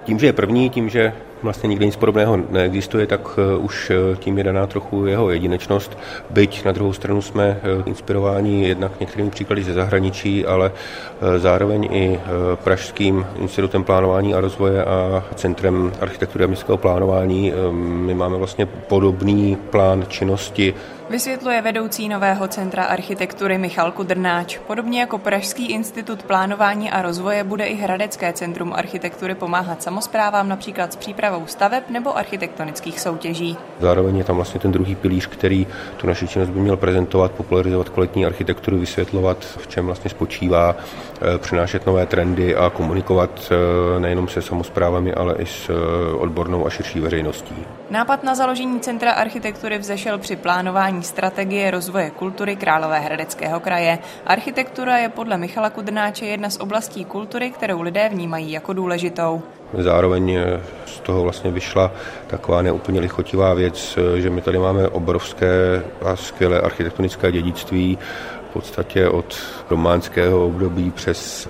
Tím, že je první, tím, že vlastně nikde nic podobného neexistuje, tak už tím je daná trochu jeho jedinečnost. Byť na druhou stranu jsme inspirováni jednak některými příklady ze zahraničí, ale zároveň i Pražským institutem plánování a rozvoje a Centrem architektury a městského plánování. My máme vlastně podobný plán činnosti. Vysvětluje vedoucí nového Centra architektury Michal Kudrnáč. Podobně jako Pražský institut plánování a rozvoje bude i Hradecké centrum architektury pomáhat samosprávám například s přípravou staveb nebo architektonických soutěží. Zároveň je tam vlastně ten druhý pilíř, který tu naši činnost by měl prezentovat, popularizovat kvalitní architekturu, vysvětlovat, v čem vlastně spočívá, přinášet nové trendy a komunikovat nejenom se samosprávami, ale i s odbornou a širší veřejností. Nápad na založení Centra architektury vzešel při plánování strategie rozvoje kultury Královéhradeckého kraje. Architektura je podle Michala Kudrnáče jedna z oblastí kultury, kterou lidé vnímají jako důležitou. Zároveň z toho vlastně vyšla taková neúplně lichotivá věc, že my tady máme obrovské a skvělé architektonické dědictví, v podstatě od románského období přes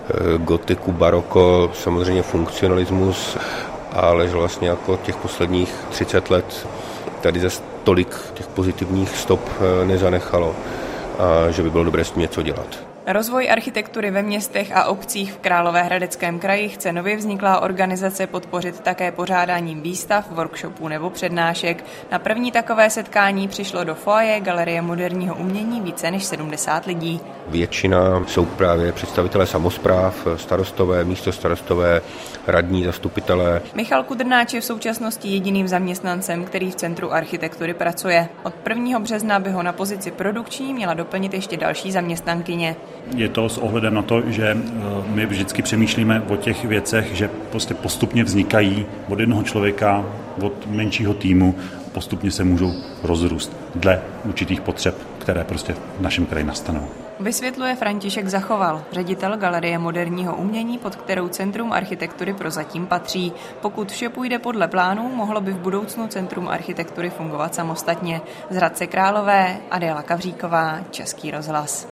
gotiku, baroko, samozřejmě funkcionalismus, ale že vlastně jako těch posledních 30 let tady zase tolik těch pozitivních stop nezanechalo a že by bylo dobré s tím něco dělat. Rozvoj architektury ve městech a obcích v Královéhradeckém kraji chce nově vzniklá organizace podpořit také pořádáním výstav, workshopů nebo přednášek. Na první takové setkání přišlo do foyer Galerie moderního umění více než 70 lidí. Většina jsou právě představitelé samospráv, starostové, místostarostové, radní, zastupitelé. Michal Kudrnáč je v současnosti jediným zaměstnancem, který v Centru architektury pracuje. Od 1. března by ho na pozici produkční měla doplnit ještě další zaměstnankyně. Je to s ohledem na to, že my vždycky přemýšlíme o těch věcech, že prostě postupně vznikají od jednoho člověka, od menšího týmu, postupně se můžou rozrůst dle určitých potřeb, které prostě v našem kraji nastanou. Vysvětluje František Zachoval, ředitel Galerie moderního umění, pod kterou Centrum architektury prozatím patří. Pokud vše půjde podle plánů, mohlo by v budoucnu Centrum architektury fungovat samostatně. Z Hradce Králové, Adéla Kavříková, Český rozhlas.